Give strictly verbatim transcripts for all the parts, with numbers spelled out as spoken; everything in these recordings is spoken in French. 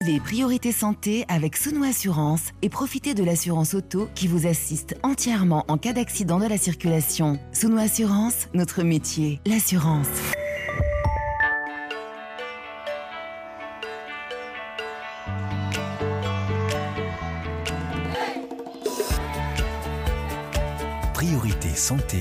les priorités santé avec Souno Assurance et profitez de l'assurance auto qui vous assiste entièrement en cas d'accident de la circulation. Souno Assurance, notre métier, l'assurance. Priorité santé.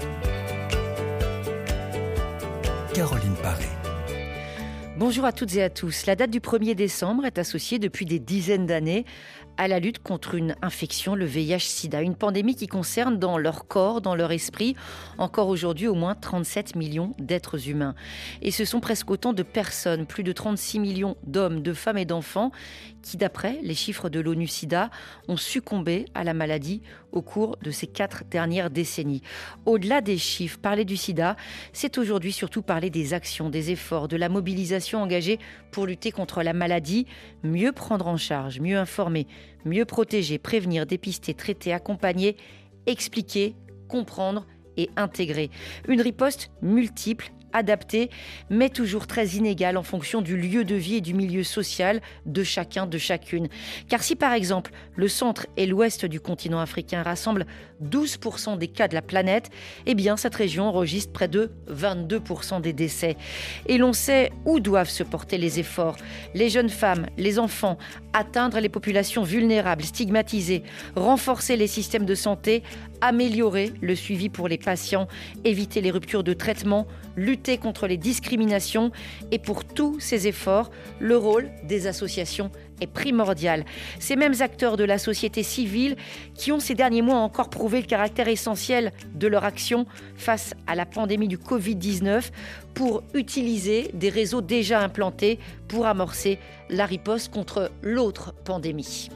Caroline Paré. Bonjour à toutes et à tous. La date du premier décembre est associée depuis des dizaines d'années à la lutte contre une infection, le V I H sida, une pandémie qui concerne dans leur corps, dans leur esprit, encore aujourd'hui au moins trente-sept millions d'êtres humains. Et ce sont presque autant de personnes, plus de trente-six millions d'hommes, de femmes et d'enfants qui, d'après les chiffres de l'ONU SIDA, ont succombé à la maladie au cours de ces quatre dernières décennies. Au-delà des chiffres, parler du sida, c'est aujourd'hui surtout parler des actions, des efforts, de la mobilisation engagée pour lutter contre la maladie, mieux prendre en charge, mieux informer, mieux protéger, prévenir, dépister, traiter, accompagner, expliquer, comprendre et intégrer. Une riposte multiple, adaptée, mais toujours très inégale en fonction du lieu de vie et du milieu social de chacun, de chacune. Car si par exemple le centre et l'ouest du continent africain rassemblent douze pour cent des cas de la planète, eh bien cette région enregistre près de vingt-deux pour cent des décès. Et l'on sait où doivent se porter les efforts. Les jeunes femmes, les enfants, atteindre les populations vulnérables, stigmatisées, renforcer les systèmes de santé, améliorer le suivi pour les patients, éviter les ruptures de traitement, lutter contre les discriminations. Et pour tous ces efforts, le rôle des associations est primordial. Ces mêmes acteurs de la société civile qui ont ces derniers mois encore prouvé le caractère essentiel de leur action face à la pandémie du covid dix-neuf pour utiliser des réseaux déjà implantés pour amorcer la riposte contre l'autre pandémie.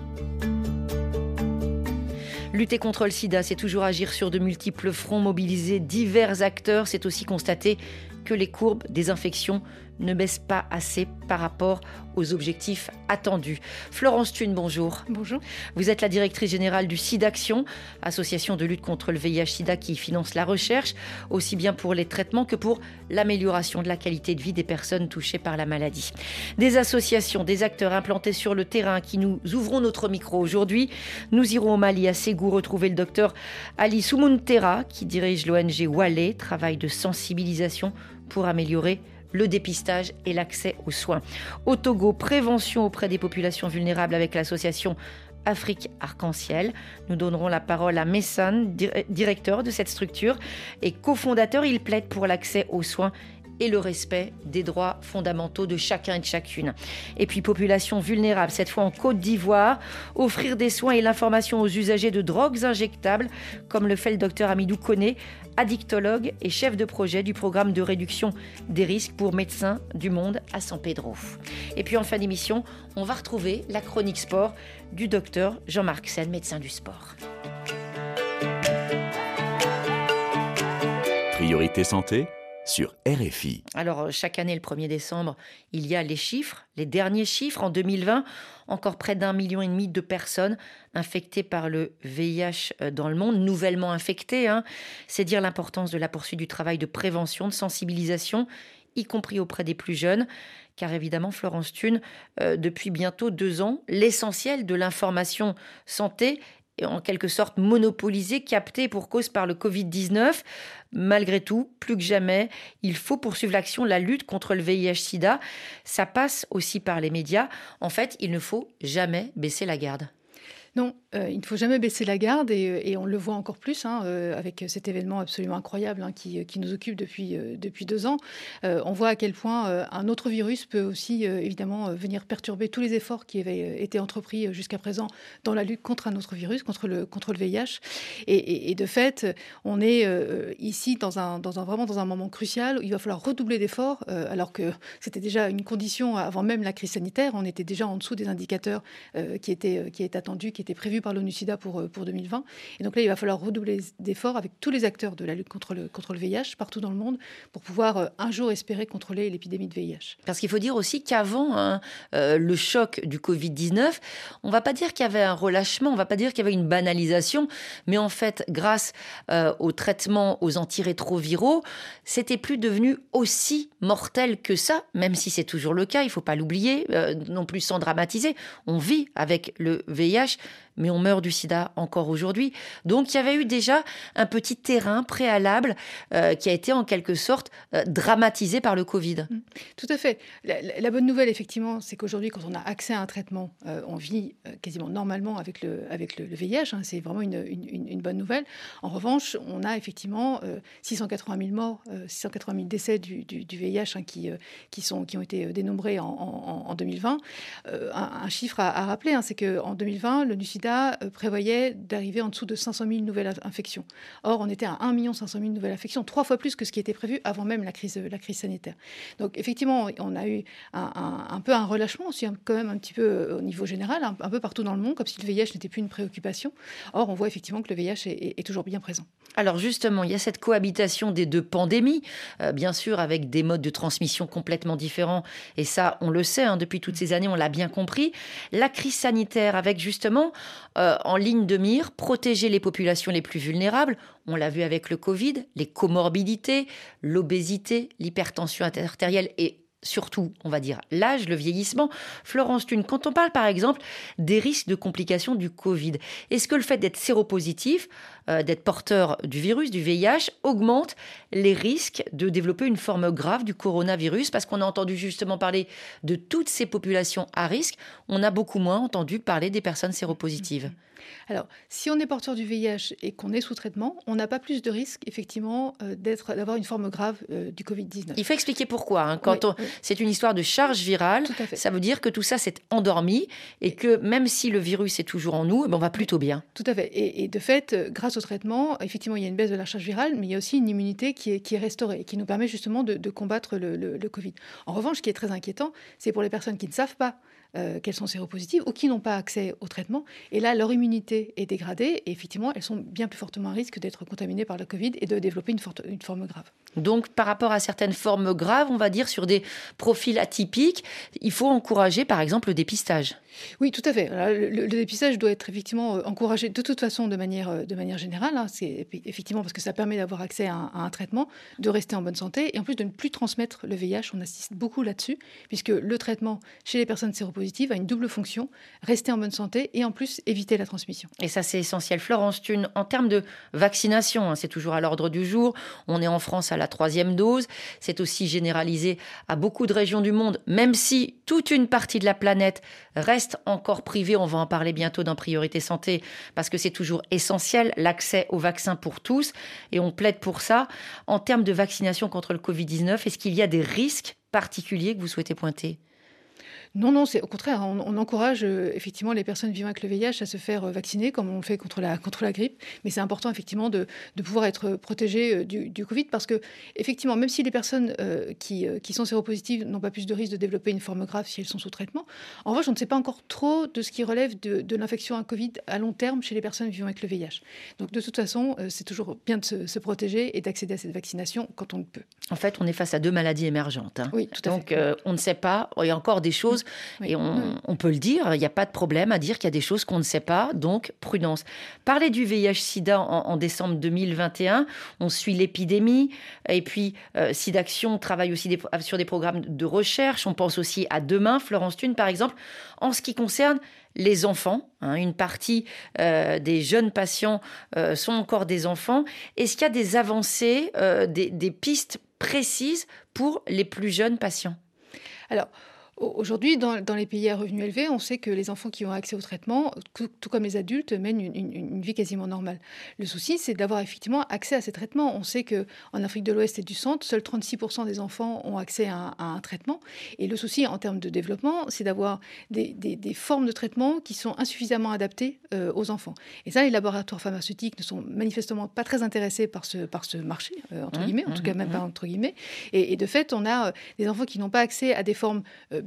Lutter contre le sida, c'est toujours agir sur de multiples fronts, mobiliser divers acteurs. C'est aussi constater que les courbes des infections ne baissent pas assez par rapport aux objectifs attendus. Florence Thune, bonjour. Bonjour. Vous êtes la directrice générale du SIDAction, association de lutte contre le V I H sida qui finance la recherche, aussi bien pour les traitements que pour l'amélioration de la qualité de vie des personnes touchées par la maladie. Des associations, des acteurs implantés sur le terrain qui nous ouvrons notre micro aujourd'hui. Nous irons au Mali, à Ségou, retrouver le docteur Ali Soumoun-Terra qui dirige l'O N G Wallé, travail de sensibilisation pour améliorer le dépistage et l'accès aux soins. Au Togo, prévention auprès des populations vulnérables avec l'association Afrique Arc-en-Ciel. Nous donnerons la parole à Messane, directeur de cette structure et cofondateur. Il plaide pour l'accès aux soins et le respect des droits fondamentaux de chacun et de chacune. Et puis, population vulnérable, cette fois en Côte d'Ivoire, offrir des soins et l'information aux usagers de drogues injectables, comme le fait le docteur Amidou Koné, addictologue et chef de projet du programme de réduction des risques pour Médecins du Monde à San Pedro. Et puis, en fin d'émission, on va retrouver la chronique sport du docteur Jean-Marc Sen, médecin du sport. Priorité santé sur R F I. Alors, chaque année, le premier décembre, il y a les chiffres, les derniers chiffres. En deux mille vingt, encore près d'un million et demi de personnes infectées par le V I H dans le monde, nouvellement infectées. Hein. C'est dire l'importance de la poursuite du travail de prévention, de sensibilisation, y compris auprès des plus jeunes. Car évidemment, Florence Thune, euh, depuis bientôt deux ans, l'essentiel de l'information santé en quelque sorte monopolisé, capté pour cause par le covid dix-neuf. Malgré tout, plus que jamais, il faut poursuivre l'action, la lutte contre le V I H sida. Ça passe aussi par les médias. En fait, il ne faut jamais baisser la garde. Non, euh, il ne faut jamais baisser la garde et, et on le voit encore plus hein, euh, avec cet événement absolument incroyable hein, qui, qui nous occupe depuis, euh, depuis deux ans. Euh, on voit à quel point euh, un autre virus peut aussi euh, évidemment euh, venir perturber tous les efforts qui avaient été entrepris euh, jusqu'à présent dans la lutte contre un autre virus, contre le, contre le V I H. Et, et, et de fait, on est euh, ici dans un, dans un, vraiment dans un moment crucial où il va falloir redoubler d'efforts euh, alors que c'était déjà une condition avant même la crise sanitaire. On était déjà en dessous des indicateurs euh, qui, étaient, qui étaient attendus, qui qui était prévu par l'ONU-SIDA pour, pour deux mille vingt. Et donc là, il va falloir redoubler d'efforts avec tous les acteurs de la lutte contre le, contre le V I H partout dans le monde pour pouvoir euh, un jour espérer contrôler l'épidémie de V I H. Parce qu'il faut dire aussi qu'avant hein, euh, le choc du covid dix-neuf, on ne va pas dire qu'il y avait un relâchement, on ne va pas dire qu'il y avait une banalisation, mais en fait, grâce euh, aux traitements, aux antirétroviraux, c'était plus devenu aussi mortel que ça, même si c'est toujours le cas, il ne faut pas l'oublier, euh, non plus sans dramatiser. On vit avec le V I H, mais on meurt du sida encore aujourd'hui. Donc il y avait eu déjà un petit terrain préalable euh, qui a été en quelque sorte euh, dramatisé par le Covid. Tout à fait. La, la, la bonne nouvelle, effectivement, c'est qu'aujourd'hui, quand on a accès à un traitement, euh, on vit euh, quasiment normalement avec le, avec le, le V I H. Hein, c'est vraiment une, une, une bonne nouvelle. En revanche, on a effectivement euh, six cent quatre-vingt mille morts, euh, six cent quatre-vingt mille décès du, du, du V I H hein, qui, euh, qui, sont, qui ont été dénombrés en, en, en deux mille vingt. Euh, un, un chiffre à, à rappeler, hein, c'est qu'en deux mille vingt, l'ONU-SIDA prévoyait d'arriver en dessous de cinq cent mille nouvelles infections. Or, on était à un million cinq cent mille nouvelles infections, trois fois plus que ce qui était prévu avant même la crise, la crise sanitaire. Donc, effectivement, on a eu un, un, un peu un relâchement aussi, quand même un petit peu au niveau général, un, un peu partout dans le monde, comme si le V I H n'était plus une préoccupation. Or, on voit effectivement que le V I H est, est, est toujours bien présent. Alors justement, il y a cette cohabitation des deux pandémies, euh, bien sûr avec des modes de transmission complètement différents, et ça, on le sait, hein, depuis toutes ces années, on l'a bien compris. La crise sanitaire avec justement, euh, en ligne de mire, protéger les populations les plus vulnérables. On l'a vu avec le Covid, les comorbidités, l'obésité, l'hypertension artérielle et surtout, on va dire, l'âge, le vieillissement. Florence Thune, quand on parle par exemple des risques de complications du Covid, est-ce que le fait d'être séropositif, euh, d'être porteur du virus, du V I H, augmente les risques de développer une forme grave du coronavirus? Parce qu'on a entendu justement parler de toutes ces populations à risque, on a beaucoup moins entendu parler des personnes séropositives. Alors, si on est porteur du V I H et qu'on est sous traitement, on n'a pas plus de risque, effectivement, euh, d'être, d'avoir une forme grave euh, du covid dix-neuf. Il faut expliquer pourquoi. Hein. Quand oui, on, oui. C'est une histoire de charge virale, ça veut dire que tout ça s'est endormi et que même si le virus est toujours en nous, eh ben, on va plutôt bien. Tout à fait. Et, et de fait, grâce au traitement, effectivement, il y a une baisse de la charge virale, mais il y a aussi une immunité qui est, qui est restaurée et qui nous permet justement de, de combattre le, le, le Covid. En revanche, ce qui est très inquiétant, c'est pour les personnes qui ne savent pas Euh, qu'elles sont séropositives ou qui n'ont pas accès au traitement. Et là, leur immunité est dégradée et effectivement, elles sont bien plus fortement à risque d'être contaminées par le Covid et de développer une, forte, une forme grave. Donc, par rapport à certaines formes graves, on va dire sur des profils atypiques, il faut encourager, par exemple, le dépistage. Oui, tout à fait. Le, le, le dépistage doit être effectivement encouragé de toute façon de manière, de manière générale. Hein. C'est effectivement parce que ça permet d'avoir accès à un, à un traitement, de rester en bonne santé et en plus de ne plus transmettre le V I H. On assiste beaucoup là-dessus puisque le traitement chez les personnes séropositives a une double fonction, rester en bonne santé et en plus éviter la transmission. Et ça, c'est essentiel. Florence Thune, en termes de vaccination, hein, c'est toujours à l'ordre du jour. On est en France à la troisième dose. C'est aussi généralisé à beaucoup de régions du monde, même si toute une partie de la planète reste encore privée. On va en parler bientôt dans Priorité Santé parce que c'est toujours essentiel, l'accès au vaccin pour tous. Et on plaide pour ça. En termes de vaccination contre le covid dix-neuf, est-ce qu'il y a des risques particuliers que vous souhaitez pointer ? Non, non, c'est au contraire, on, on encourage euh, effectivement les personnes vivant avec le V I H à se faire euh, vacciner comme on le fait contre la, contre la grippe. Mais c'est important effectivement de, de pouvoir être protégé euh, du, du Covid parce que effectivement, même si les personnes euh, qui, euh, qui sont séropositives n'ont pas plus de risque de développer une forme grave si elles sont sous traitement, en revanche, on ne sait pas encore trop de ce qui relève de, de l'infection à Covid à long terme chez les personnes vivant avec le V I H. Donc de toute façon, euh, c'est toujours bien de se, se protéger et d'accéder à cette vaccination quand on le peut. En fait, on est face à deux maladies émergentes. Hein. Oui, tout à Donc, fait. Donc, euh, on ne sait pas, il y a encore des choses. Oui. Et on, oui. on peut le dire, il n'y a pas de problème à dire qu'il y a des choses qu'on ne sait pas, donc prudence. Parler du V I H-Sida en, en décembre deux mille vingt et un, on suit l'épidémie, et puis euh, SIDAction travaille aussi des, sur des programmes de recherche, on pense aussi à demain, Florence Thune par exemple, en ce qui concerne les enfants, hein, une partie euh, des jeunes patients euh, sont encore des enfants. Est-ce qu'il y a des avancées, euh, des, des pistes précises pour les plus jeunes patients ? Alors, aujourd'hui, dans, dans les pays à revenus élevés, on sait que les enfants qui ont accès au traitement, tout, tout comme les adultes, mènent une, une, une vie quasiment normale. Le souci, c'est d'avoir effectivement accès à ces traitements. On sait qu'en Afrique de l'Ouest et du Centre, seuls trente-six pour cent des enfants ont accès à, à un traitement. Et le souci, en termes de développement, c'est d'avoir des, des, des formes de traitement qui sont insuffisamment adaptées euh, aux enfants. Et ça, les laboratoires pharmaceutiques ne sont manifestement pas très intéressés par ce, par ce marché, euh, entre mmh, guillemets, en mmh, tout cas même mmh. pas entre guillemets. Et, et de fait, on a euh, des enfants qui n'ont pas accès à des formes euh,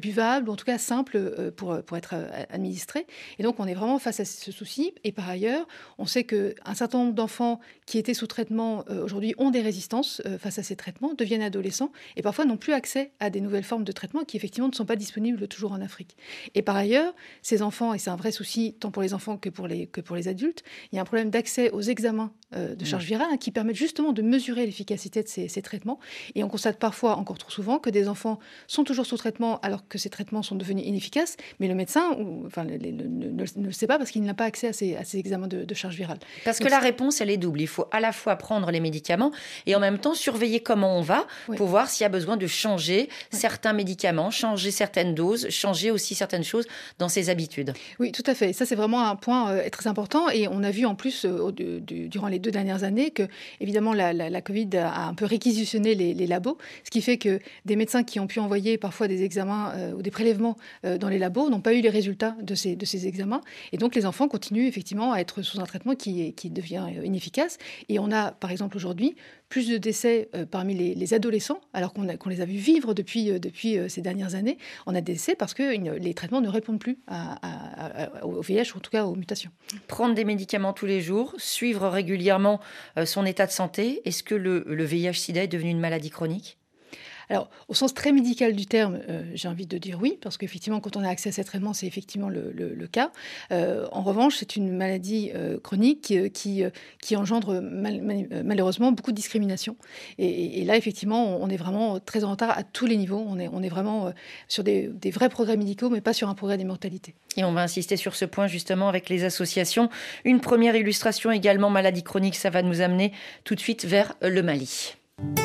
buvable, ou en tout cas simple euh, pour, pour être euh, administré. Et donc, on est vraiment face à ce souci. Et par ailleurs, on sait qu'un certain nombre d'enfants qui étaient sous traitement euh, aujourd'hui ont des résistances euh, face à ces traitements, deviennent adolescents et parfois n'ont plus accès à des nouvelles formes de traitement qui effectivement ne sont pas disponibles toujours en Afrique. Et par ailleurs, ces enfants, et c'est un vrai souci tant pour les enfants que pour les, que pour les adultes, il y a un problème d'accès aux examens euh, de charge virale hein, qui permettent justement de mesurer l'efficacité de ces, ces traitements. Et on constate parfois, encore trop souvent, que des enfants sont toujours sous traitement alors que ces traitements sont devenus inefficaces, mais le médecin ou, enfin, le, le, le, ne, ne le sait pas parce qu'il n'a pas accès à ces, à ces examens de, de charge virale. Parce Donc, que la réponse, elle est double. Il faut à la fois prendre les médicaments et en même temps surveiller comment on va oui. pour voir s'il y a besoin de changer oui. certains médicaments, changer certaines doses, changer aussi certaines choses dans ses habitudes. Oui, tout à fait. Et ça, c'est vraiment un point euh, très important. Et on a vu en plus, euh, de, de, durant les deux dernières années, que, évidemment, la, la, la Covid a un peu réquisitionné les, les labos, ce qui fait que des médecins qui ont pu envoyer parfois des examens euh, ou des prélèvements euh, dans les labos n'ont pas eu les résultats de ces, de ces examens. Et donc, les enfants continuent effectivement à être sous un traitement qui, qui devient inefficace. Et on a, par exemple, aujourd'hui, plus de décès euh, parmi les, les adolescents, alors qu'on, a, qu'on les a vus vivre depuis, euh, depuis euh, ces dernières années. On a des décès parce que une, les traitements ne répondent plus à, à, à, au V I H, ou en tout cas aux mutations. Prendre des médicaments tous les jours, suivre régulièrement euh, son état de santé. Est-ce que le, le V I H-Sida est devenu une maladie chronique ? Alors, au sens très médical du terme, euh, j'ai envie de dire oui, parce qu'effectivement, quand on a accès à ces traitements, c'est effectivement le, le, le cas. Euh, en revanche, c'est une maladie euh, chronique qui, qui, qui engendre mal, mal, malheureusement beaucoup de discrimination. Et, et, et là, effectivement, on est vraiment très en retard à tous les niveaux. On est, on est vraiment euh, sur des, des vrais progrès médicaux, mais pas sur un progrès des mortalités. Et on va insister sur ce point justement avec les associations. Une première illustration également, maladie chronique, ça va nous amener tout de suite vers le Mali.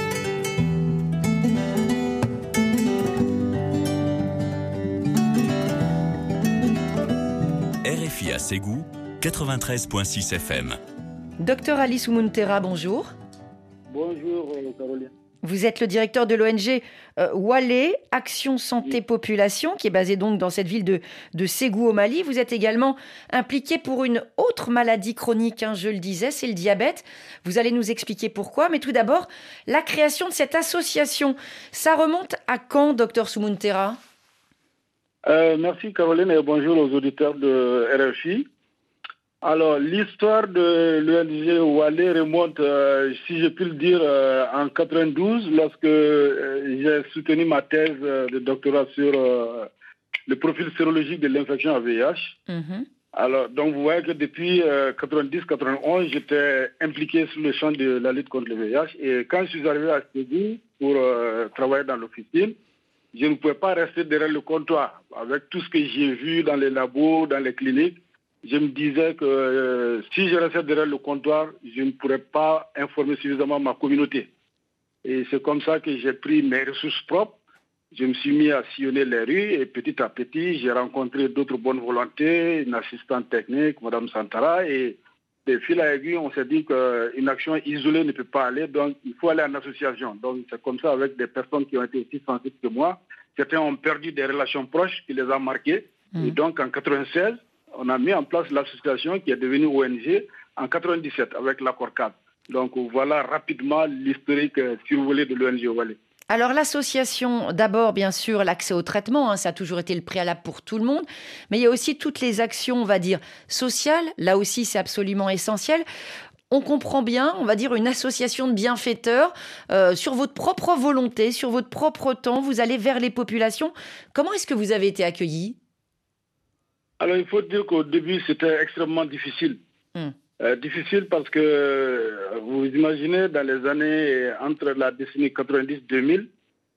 R F I à Ségou, quatre-vingt-treize virgule six F M. Docteur Ali Soumounterra, bonjour. Bonjour, Caroline. Vous êtes le directeur de l'O N G euh, Wallé, Action Santé oui. Population, qui est basée donc dans cette ville de, de Ségou au Mali. Vous êtes également impliqué pour une autre maladie chronique, hein, je le disais, c'est le diabète. Vous allez nous expliquer pourquoi. Mais tout d'abord, la création de cette association, ça remonte à quand, docteur Soumounterra ? Euh, merci Caroline et bonjour aux auditeurs de R F I. Alors, l'histoire de l'O N G Wallé remonte, euh, si je puis le dire, euh, en quatre-vingt-douze, lorsque euh, j'ai soutenu ma thèse de doctorat sur euh, le profil sérologique de l'infection à V I H. Mm-hmm. Alors, donc vous voyez que depuis euh, quatre-vingt-dix quatre-vingt-onze, j'étais impliqué sur le champ de la lutte contre le V I H. Et quand je suis arrivé à Ségou pour euh, travailler dans l'officine, je ne pouvais pas rester derrière le comptoir. Avec tout ce que j'ai vu dans les labos, dans les cliniques, je me disais que euh, si je restais derrière le comptoir, je ne pourrais pas informer suffisamment ma communauté. Et c'est comme ça que j'ai pris mes ressources propres. Je me suis mis à sillonner les rues et petit à petit, j'ai rencontré d'autres bonnes volontés, une assistante technique, Mme Santara, et de fil à aiguille, on s'est dit qu'une action isolée ne peut pas aller, donc il faut aller en association. Donc c'est comme ça avec des personnes qui ont été aussi sensibles que moi. Certains ont perdu des relations proches qui les ont marquées. Mmh. Et donc en quatre-vingt-seize, on a mis en place l'association qui est devenue O N G en quatre-vingt-dix-sept avec l'accord cadre. Donc voilà rapidement l'historique, si vous voulez, de l'O N G Wallé. Alors l'association, d'abord bien sûr l'accès au traitement, hein, ça a toujours été le préalable pour tout le monde, mais il y a aussi toutes les actions, on va dire, sociales, là aussi c'est absolument essentiel. On comprend bien, on va dire, une association de bienfaiteurs, euh, sur votre propre volonté, sur votre propre temps, vous allez vers les populations. Comment est-ce que vous avez été accueillis ? Alors il faut dire qu'au début c'était extrêmement difficile. Hum. Euh, difficile parce que euh, vous imaginez dans les années entre la décennie quatre-vingt-dix deux mille,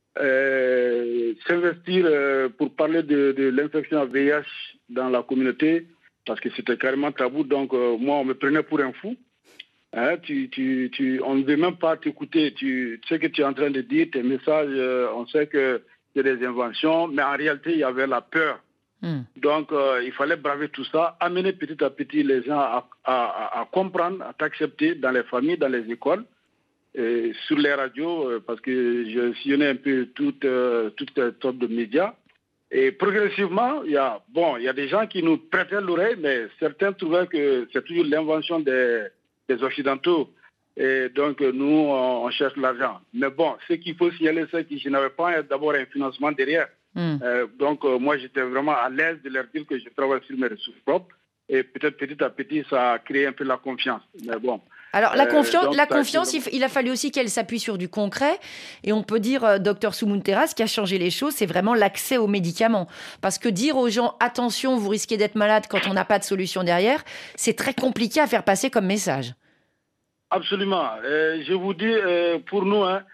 euh, s'investir euh, pour parler de, de l'infection à V I H dans la communauté, parce que c'était carrément tabou, donc euh, moi on me prenait pour un fou. Hein, tu, tu, tu, on ne veut même pas t'écouter, tu, tu sais que tu es en train de dire, tes messages, euh, on sait que c'est des inventions, mais en réalité il y avait la peur. Mm. Donc, euh, il fallait braver tout ça, amener petit à petit les gens à, à, à comprendre, à t'accepter dans les familles, dans les écoles, et sur les radios, euh, parce que je sillonnais un peu toutes euh, toute sortes de médias. Et progressivement, il y a, bon, il y a des gens qui nous prêtaient l'oreille, mais certains trouvaient que c'est toujours l'invention des, des Occidentaux. Et donc, nous, on, on cherche l'argent. Mais bon, ce qu'il faut signaler, c'est que je n'avais pas d'abord un financement derrière. Mm. Euh, donc, euh, moi, j'étais vraiment à l'aise de leur dire que je travaille sur mes ressources propres. Et peut-être petit à petit, ça a créé un peu la confiance. Mais bon. Alors, la, confiance, euh, donc, la confiance, vraiment... il a fallu aussi qu'elle s'appuie sur du concret. Et on peut dire, euh, docteur Soumoun-Terra, ce qui a changé les choses, c'est vraiment l'accès aux médicaments. Parce que dire aux gens, attention, vous risquez d'être malade quand on n'a pas de solution derrière, c'est très compliqué à faire passer comme message. Absolument. Euh, je vous dis, euh, pour nous, hein,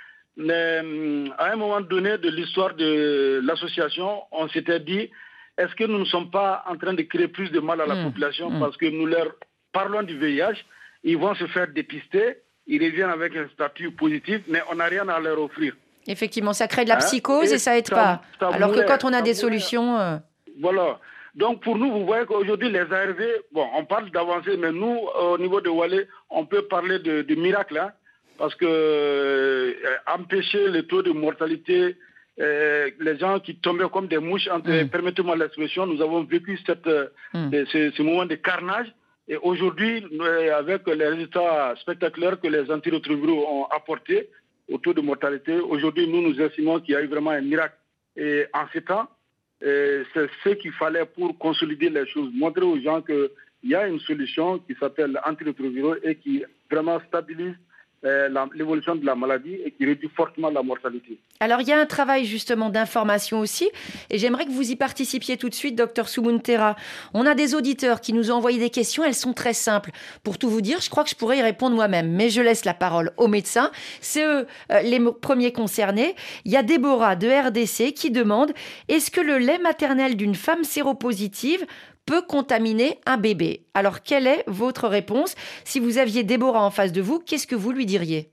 euh, à un moment donné de l'histoire de l'association, on s'était dit, est-ce que nous ne sommes pas en train de créer plus de mal à la mmh, population mmh. parce que nous leur parlons du V I H, ils vont se faire dépister, ils reviennent avec un statut positif, mais on n'a rien à leur offrir. Effectivement, ça crée de la psychose hein? et, et ça aide ça, pas. Ça Alors mourait, que quand on a des mourait. solutions... Euh... Voilà. Donc pour nous, vous voyez qu'aujourd'hui, les A R V, bon, on parle d'avancée, mais nous, au niveau de Walé, on peut parler de, de miracle, hein, parce que euh, empêcher le taux de mortalité, euh, les gens qui tombaient comme des mouches, entre, mmh. permettez-moi l'expression, nous avons vécu cette, mmh. de, ce, ce moment de carnage. Et aujourd'hui, avec les résultats spectaculaires que les antirétroviraux ont apportés au taux de mortalité, aujourd'hui, nous nous estimons qu'il y a eu vraiment un miracle. Et en ces temps, c'est ce qu'il fallait pour consolider les choses, montrer aux gens qu'il y a une solution qui s'appelle antirétroviraux et qui vraiment stabilise Euh, la, l'évolution de la maladie et qui réduit fortement la mortalité. Alors, il y a un travail justement d'information aussi et j'aimerais que vous y participiez tout de suite, docteur Soumoun-Terra. On a des auditeurs qui nous ont envoyé des questions, elles sont très simples. Pour tout vous dire, je crois que je pourrais y répondre moi-même, mais je laisse la parole aux médecins. C'est eux euh, les premiers concernés. Il y a Déborah de R D C qui demande « Est-ce que le lait maternel d'une femme séropositive peut contaminer un bébé ?» Alors, quelle est votre réponse? Si vous aviez Déborah en face de vous, qu'est-ce que vous lui diriez?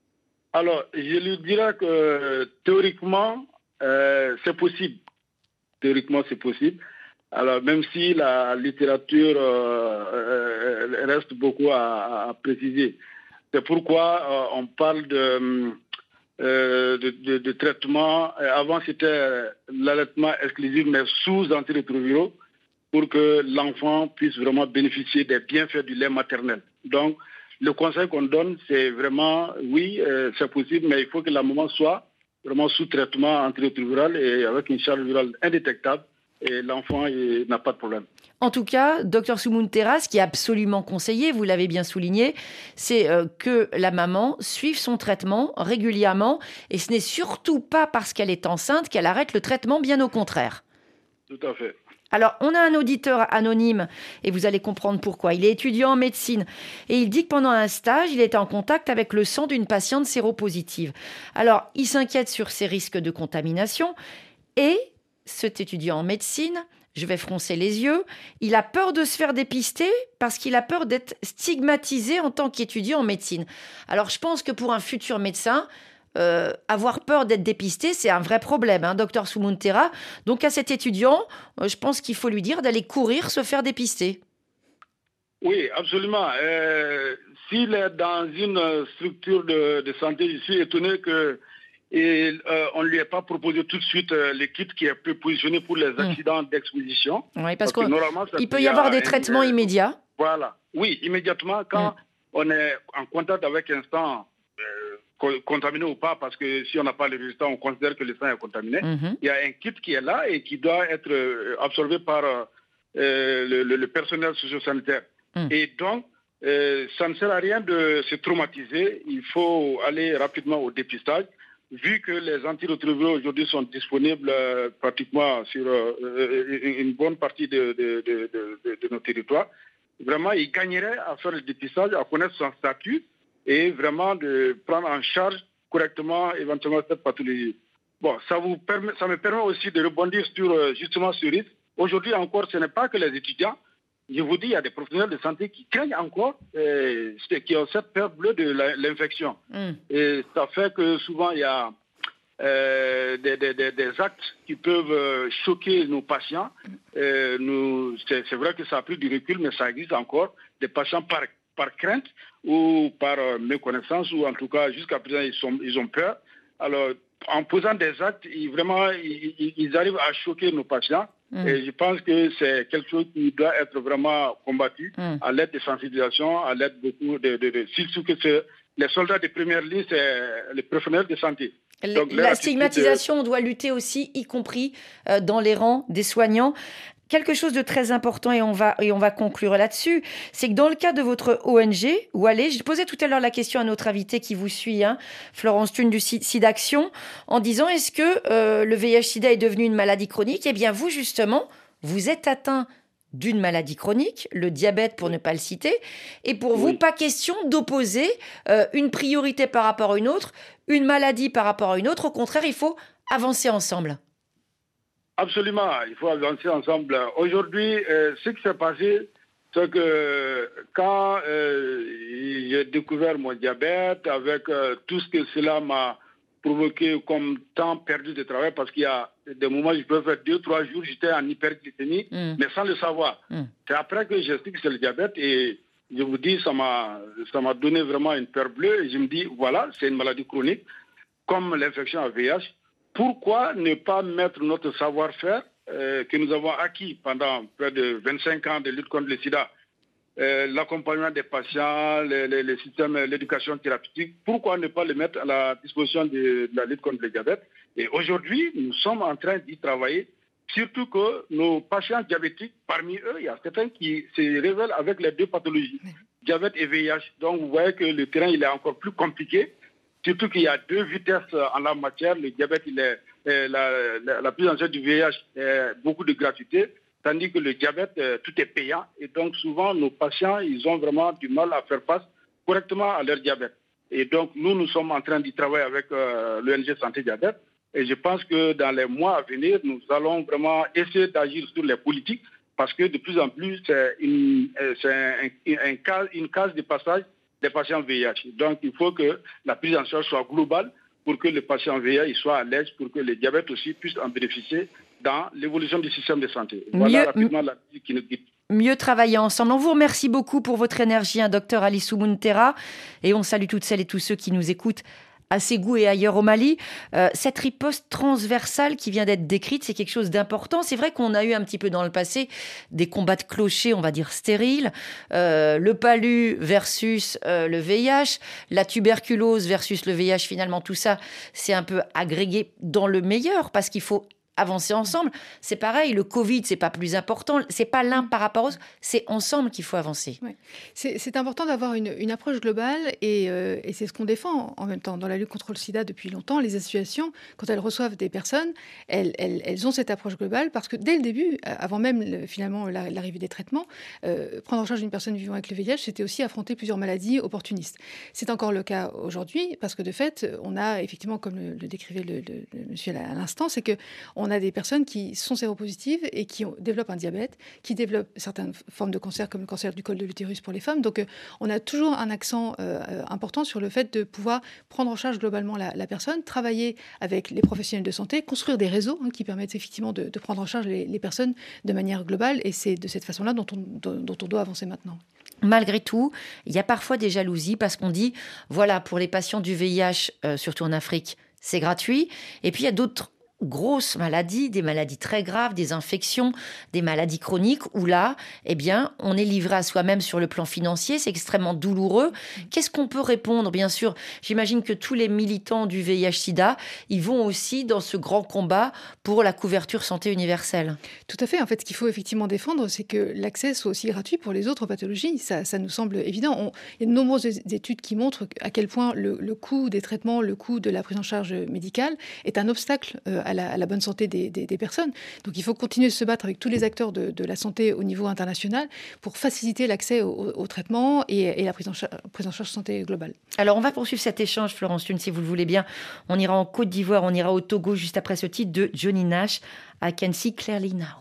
Alors, je lui dirais que théoriquement, euh, c'est possible. Théoriquement, c'est possible. Alors, même si la littérature euh, reste beaucoup à, à préciser. C'est pourquoi euh, on parle de, euh, de, de, de traitement. Avant, c'était l'allaitement exclusif, mais sous antirétroviraux, pour que l'enfant puisse vraiment bénéficier des bienfaits du lait maternel. Donc, le conseil qu'on donne, c'est vraiment, oui, euh, c'est possible, mais il faut que la maman soit vraiment sous traitement antirétroviral et avec une charge virale indétectable, et l'enfant il, n'a pas de problème. En tout cas, docteur Soumoun-Terra, ce qui est absolument conseillé, vous l'avez bien souligné, c'est euh, que la maman suive son traitement régulièrement, et ce n'est surtout pas parce qu'elle est enceinte qu'elle arrête le traitement, bien au contraire. Tout à fait. Alors, on a un auditeur anonyme et vous allez comprendre pourquoi. Il est étudiant en médecine et il dit que pendant un stage, il était en contact avec le sang d'une patiente séropositive. Alors, il s'inquiète sur ses risques de contamination et cet étudiant en médecine, je vais froncer les yeux, il a peur de se faire dépister parce qu'il a peur d'être stigmatisé en tant qu'étudiant en médecine. Alors, je pense que pour un futur médecin, Euh, avoir peur d'être dépisté, c'est un vrai problème, hein, docteur Soumoun-Terra. Donc à cet étudiant, euh, je pense qu'il faut lui dire d'aller courir, se faire dépister. Oui, absolument. Euh, s'il est dans une structure de, de santé, je suis étonné que et, euh, on ne lui ait pas proposé tout de suite euh, les kits qui est prépositionné pour les accidents mmh. d'exposition. Oui, parce, parce qu'il peut y avoir des traitements un, immédiats. Voilà. Oui, immédiatement, quand mmh. on est en contact avec un sang euh, contaminé ou pas, parce que si on n'a pas les résultats, on considère que le sang est contaminé. Mmh. Il y a un kit qui est là et qui doit être absorbé par euh, le, le, le personnel socio-sanitaire. Mmh. Et donc, euh, ça ne sert à rien de se traumatiser. Il faut aller rapidement au dépistage. Vu que les antirétroviraux aujourd'hui sont disponibles euh, pratiquement sur euh, une bonne partie de, de, de, de, de nos territoires, vraiment, il gagnerait à faire le dépistage, à connaître son statut et vraiment de prendre en charge correctement éventuellement cette pathologie. Bon, ça, vous permet, ça me permet aussi de rebondir sur justement ce risque. Aujourd'hui encore, ce n'est pas que les étudiants. Je vous dis, il y a des professionnels de santé qui craignent encore, euh, qui ont cette peur bleue de la, l'infection. Mm. Et ça fait que souvent, il y a euh, des, des, des actes qui peuvent euh, choquer nos patients. Euh, nous, c'est, c'est vrai que ça a pris du recul, mais ça existe encore. Des patients par, par crainte ou par euh, méconnaissance, ou en tout cas, jusqu'à présent, ils, sont, ils ont peur. Alors, en posant des actes, ils, vraiment, ils, ils arrivent à choquer nos patients. Mmh. Et je pense que c'est quelque chose qui doit être vraiment combattu mmh. à l'aide de sensibilisation, à l'aide beaucoup de... de, de surtout que c'est les soldats de première ligne, c'est les professionnels de santé. Donc, la stigmatisation, on doit lutter aussi, y compris euh, dans les rangs des soignants. Quelque chose de très important, et on va, et on va conclure là-dessus, c'est que dans le cas de votre O N G, Wallé, je posais tout à l'heure la question à notre invité qui vous suit, hein, Florence Thune du SIDAction, en disant est-ce que euh, le V I H-Sida est devenu une maladie chronique ? Eh bien, vous, justement, vous êtes atteint d'une maladie chronique, le diabète pour ne pas le citer, et pour vous, oui. pas question d'opposer euh, une priorité par rapport à une autre, une maladie par rapport à une autre. Au contraire, il faut avancer ensemble. Absolument, il faut avancer ensemble. Aujourd'hui, euh, ce qui s'est passé, c'est que quand euh, j'ai découvert mon diabète, avec euh, tout ce que cela m'a provoqué comme temps perdu de travail, parce qu'il y a des moments où je peux faire deux, trois jours, j'étais en hyperglycémie, mmh. mais sans le savoir. Mmh. C'est après que j'ai su que c'est le diabète et je vous dis, ça m'a, ça m'a donné vraiment une peur bleue et je me dis, voilà, c'est une maladie chronique, comme l'infection à V I H. Pourquoi ne pas mettre notre savoir-faire euh, que nous avons acquis pendant près de vingt-cinq ans de lutte contre le sida, euh, l'accompagnement des patients, les, les, les systèmes, l'éducation thérapeutique, pourquoi ne pas le mettre à la disposition de, de la lutte contre le diabète? Et aujourd'hui, nous sommes en train d'y travailler, surtout que nos patients diabétiques, parmi eux, il y a certains qui se révèlent avec les deux pathologies, diabète et V I H. Donc vous voyez que le terrain il est encore plus compliqué. Surtout qu'il y a deux vitesses en la matière. Le diabète, il est, est la, la, la prise en charge du V I H, est beaucoup de gratuité, tandis que le diabète, tout est payant. Et donc, souvent, nos patients, ils ont vraiment du mal à faire face correctement à leur diabète. Et donc, nous, nous sommes en train d'y travailler avec euh, l'O N G Santé Diabète. Et je pense que dans les mois à venir, nous allons vraiment essayer d'agir sur les politiques parce que de plus en plus, c'est une, c'est un, un, un, une case de passage des patients V I H. Donc, il faut que la prise en charge soit globale pour que les patients V I H soient à l'aise, pour que les diabètes aussi puissent en bénéficier dans l'évolution du système de santé. Voilà mieux, rapidement la vie qui nous guide. Mieux travailler ensemble. On vous remercie beaucoup pour votre énergie, hein, docteur Alissou Muntera, et on salue toutes celles et tous ceux qui nous écoutent à Ségou et ailleurs au Mali. Euh, cette riposte transversale qui vient d'être décrite, c'est quelque chose d'important. C'est vrai qu'on a eu un petit peu dans le passé des combats de clochers, on va dire stériles. Euh, le palu versus euh, le V I H, la tuberculose versus le V I H. Finalement, tout ça, c'est un peu agrégé dans le meilleur parce qu'il faut avancer ensemble. C'est pareil, le Covid, c'est pas plus important. C'est pas l'un par rapport aux autres, c'est ensemble qu'il faut avancer. Ouais. C'est, c'est important d'avoir une, une approche globale et, euh, et c'est ce qu'on défend en même temps. Dans la lutte contre le sida depuis longtemps, les associations, quand elles reçoivent des personnes, elles, elles, elles ont cette approche globale parce que dès le début, avant même le, finalement la, l'arrivée des traitements, euh, prendre en charge une personne vivant avec le V I H, c'était aussi affronter plusieurs maladies opportunistes. C'est encore le cas aujourd'hui parce que de fait, on a effectivement, comme le, le décrivait le, le, le monsieur à l'instant, c'est que on a des personnes qui sont séropositives et qui ont, développent un diabète, qui développent certaines formes de cancer comme le cancer du col de l'utérus pour les femmes. Donc, euh, on a toujours un accent euh, important sur le fait de pouvoir prendre en charge globalement la, la personne, travailler avec les professionnels de santé, construire des réseaux hein, qui permettent effectivement de, de prendre en charge les, les personnes de manière globale. Et c'est de cette façon-là dont on, dont, dont on doit avancer maintenant. Malgré tout, il y a parfois des jalousies parce qu'on dit, voilà, pour les patients du V I H, euh, surtout en Afrique, c'est gratuit. Et puis, il y a d'autres grosses maladies, des maladies très graves, des infections, des maladies chroniques, où là, eh bien, on est livré à soi-même sur le plan financier, c'est extrêmement douloureux. Qu'est-ce qu'on peut répondre? Bien sûr, j'imagine que tous les militants du V I H-Sida, ils vont aussi dans ce grand combat pour la couverture santé universelle. Tout à fait. En fait, ce qu'il faut effectivement défendre, c'est que l'accès soit aussi gratuit pour les autres pathologies. Ça, ça nous semble évident. On, il y a de nombreuses études qui montrent à quel point le, le coût des traitements, le coût de la prise en charge médicale est un obstacle euh, à À la, à la bonne santé des, des, des personnes. Donc il faut continuer de se battre avec tous les acteurs de, de la santé au niveau international pour faciliter l'accès au, au traitement et, et la prise en, charge, prise en charge santé globale. Alors on va poursuivre cet échange, Florence Thune, si vous le voulez bien. On ira en Côte d'Ivoire, on ira au Togo juste après ce titre de Johnny Nash, I Can See Clearly Now.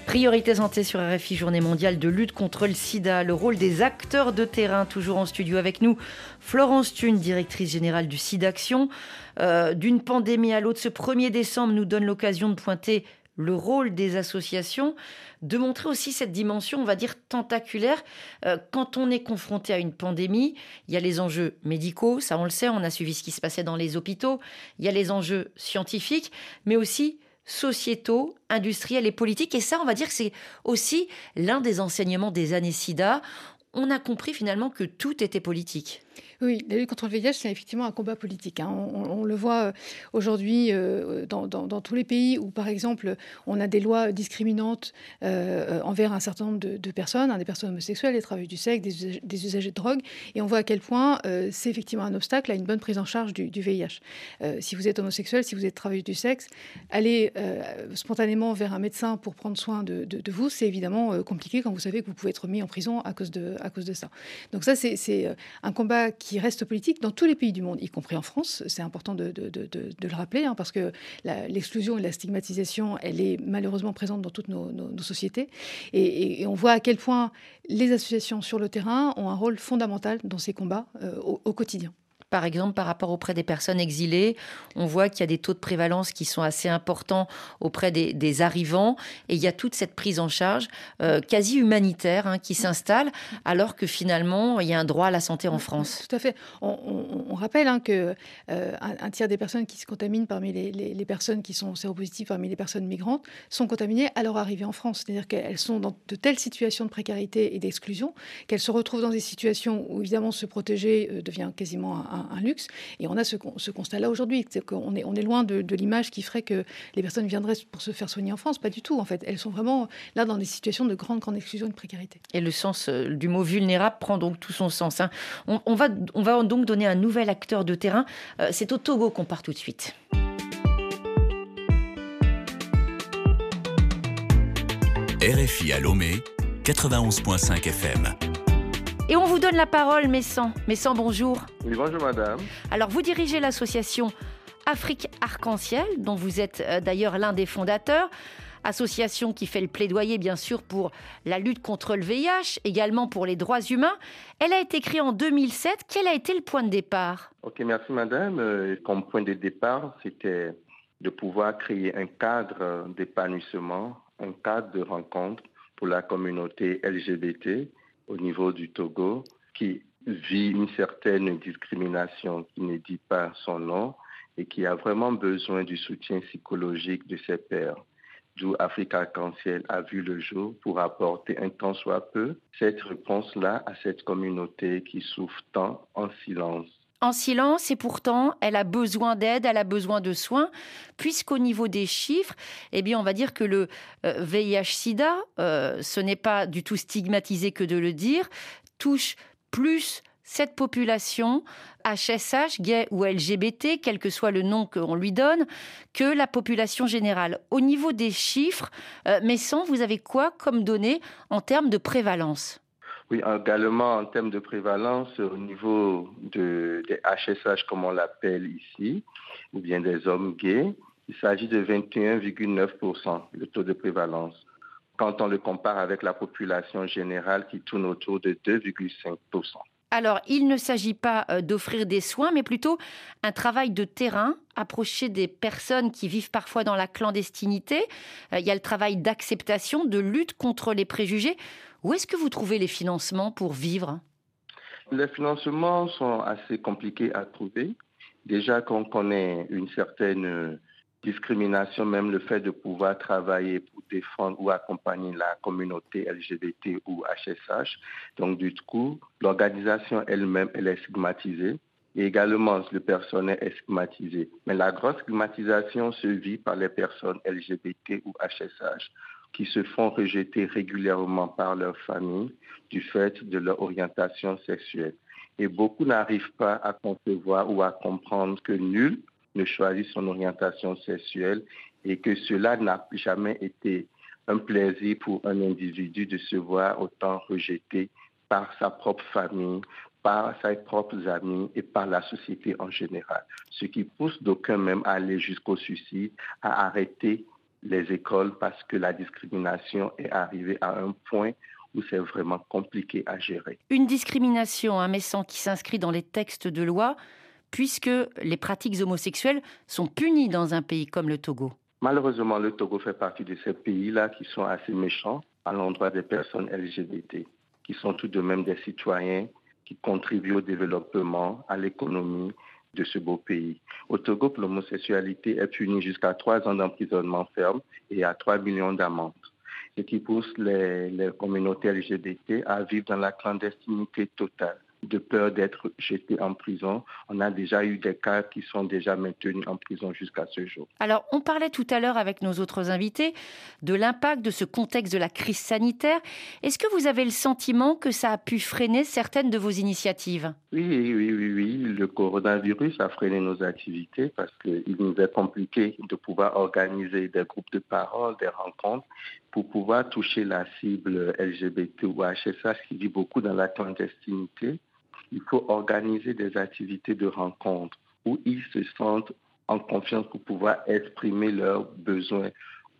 Priorité santé sur R F I, journée mondiale de lutte contre le sida. Le rôle des acteurs de terrain, toujours en studio avec nous. Florence Thune, directrice générale du SIDAction. Euh, d'une pandémie à l'autre, ce premier décembre nous donne l'occasion de pointer le rôle des associations, de montrer aussi cette dimension, on va dire, tentaculaire. Euh, quand on est confronté à une pandémie, il y a les enjeux médicaux, ça on le sait, on a suivi ce qui se passait dans les hôpitaux. Il y a les enjeux scientifiques, mais aussi sociétaux, industriels et politiques. Et ça, on va dire que c'est aussi l'un des enseignements des années SIDA. On a compris finalement que tout était politique. Oui, la lutte contre le V I H, c'est effectivement un combat politique. Hein. On, on le voit aujourd'hui euh, dans, dans, dans tous les pays où, par exemple, on a des lois discriminantes euh, envers un certain nombre de, de personnes, hein, des personnes homosexuelles, des travailleurs du sexe, des, usagers, des usagers de drogue. Et on voit à quel point euh, c'est effectivement un obstacle à une bonne prise en charge du, du V I H. Euh, si vous êtes homosexuel, si vous êtes travailleur du sexe, aller euh, spontanément vers un médecin pour prendre soin de, de, de vous, c'est évidemment euh, compliqué quand vous savez que vous pouvez être mis en prison à cause de, à cause de ça. Donc ça, c'est, c'est un combat qui reste politique dans tous les pays du monde, y compris en France. C'est important de, de, de, de, de le rappeler, hein, parce que la, l'exclusion et la stigmatisation, elle est malheureusement présente dans toutes nos, nos, nos sociétés. Et, et, et on voit à quel point les associations sur le terrain ont un rôle fondamental dans ces combats euh, au, au quotidien. Par exemple, par rapport auprès des personnes exilées, on voit qu'il y a des taux de prévalence qui sont assez importants auprès des, des arrivants. Et il y a toute cette prise en charge euh, quasi humanitaire hein, qui s'installe, alors que finalement, il y a un droit à la santé en France. Tout à fait. On, on, on rappelle hein, que euh, un, un tiers des personnes qui se contaminent parmi les, les, les personnes qui sont séropositives, parmi les personnes migrantes, sont contaminées à leur arrivée en France. C'est-à-dire qu'elles sont dans de telles situations de précarité et d'exclusion qu'elles se retrouvent dans des situations où, évidemment, se protéger euh, devient quasiment un, un un luxe. Et on a ce, ce constat-là aujourd'hui. C'est qu'on est, on est loin de, de l'image qui ferait que les personnes viendraient pour se faire soigner en France. Pas du tout, en fait. Elles sont vraiment là dans des situations de grande, grande exclusion et de précarité. Et le sens euh, du mot vulnérable prend donc tout son sens. Hein. On, on, va, on va donc donner un nouvel acteur de terrain. Euh, c'est au Togo qu'on part tout de suite. R F I à Lomé, quatre-vingt-onze virgule cinq F M. Et on vous donne la parole, Messan. Messan, bonjour. Oui, bonjour madame. Alors, vous dirigez l'association Afrique Arc-en-Ciel, dont vous êtes euh, d'ailleurs l'un des fondateurs. Association qui fait le plaidoyer, bien sûr, pour la lutte contre le V I H, également pour les droits humains. Elle a été créée en deux mille sept. Quel a été le point de départ ? Ok, merci madame. Euh, comme point de départ, c'était de pouvoir créer un cadre d'épanouissement, un cadre de rencontre pour la communauté L G B T au niveau du Togo, qui vit une certaine discrimination qui ne dit pas son nom et qui a vraiment besoin du soutien psychologique de ses pairs. D'où Afrique Arc-en-Ciel a vu le jour pour apporter un tant soit peu cette réponse-là à cette communauté qui souffre tant en silence. En silence, et pourtant, elle a besoin d'aide, elle a besoin de soins, puisqu'au niveau des chiffres, eh bien, on va dire que le euh, V I H-Sida, euh, ce n'est pas du tout stigmatisé que de le dire, touche plus cette population H S H, gay ou L G B T, quel que soit le nom qu'on lui donne, que la population générale. Au niveau des chiffres, euh, Messan, vous avez quoi comme données en termes de prévalence ? Oui, également en termes de prévalence au niveau de, des H S H, comme on l'appelle ici, ou bien des hommes gays, il s'agit de vingt et un virgule neuf pour cent, le taux de prévalence, quand on le compare avec la population générale qui tourne autour de deux virgule cinq pour cent. Alors, il ne s'agit pas d'offrir des soins, mais plutôt un travail de terrain, approcher des personnes qui vivent parfois dans la clandestinité. Il y a le travail d'acceptation, de lutte contre les préjugés. Où est-ce que vous trouvez les financements pour vivre ? Les financements sont assez compliqués à trouver. Déjà qu'on connaît une certaine discrimination, même le fait de pouvoir travailler pour défendre ou accompagner la communauté L G B T ou H S H. Donc du coup, l'organisation elle-même, elle est stigmatisée. Et également, le personnel est stigmatisé. Mais la grosse stigmatisation se vit par les personnes L G B T ou H S H qui se font rejeter régulièrement par leur famille du fait de leur orientation sexuelle. Et beaucoup n'arrivent pas à concevoir ou à comprendre que nul ne choisit son orientation sexuelle et que cela n'a jamais été un plaisir pour un individu de se voir autant rejeté par sa propre famille, par ses propres amis et par la société en général. Ce qui pousse d'aucuns même à aller jusqu'au suicide, à arrêter les écoles parce que la discrimination est arrivée à un point où c'est vraiment compliqué à gérer. Une discrimination, hein, mais sans qui s'inscrit dans les textes de loi, puisque les pratiques homosexuelles sont punies dans un pays comme le Togo. Malheureusement, le Togo fait partie de ces pays-là qui sont assez méchants à l'endroit des personnes L G B T, qui sont tout de même des citoyens qui contribuent au développement, à l'économie de ce beau pays. Au Togo, l'homosexualité est punie jusqu'à trois ans d'emprisonnement ferme et à trois millions d'amendes, ce qui pousse les, les communautés L G B T à vivre dans la clandestinité totale. De peur d'être jetés en prison. On a déjà eu des cas qui sont déjà maintenus en prison jusqu'à ce jour. Alors, on parlait tout à l'heure avec nos autres invités de l'impact de ce contexte de la crise sanitaire. Est-ce que vous avez le sentiment que ça a pu freiner certaines de vos initiatives ? Oui, oui, oui, oui. Le coronavirus a freiné nos activités parce qu'il nous est compliqué de pouvoir organiser des groupes de parole, des rencontres pour pouvoir toucher la cible L G B T ou H S H qui vit beaucoup dans la clandestinité. Il faut organiser des activités de rencontre où ils se sentent en confiance pour pouvoir exprimer leurs besoins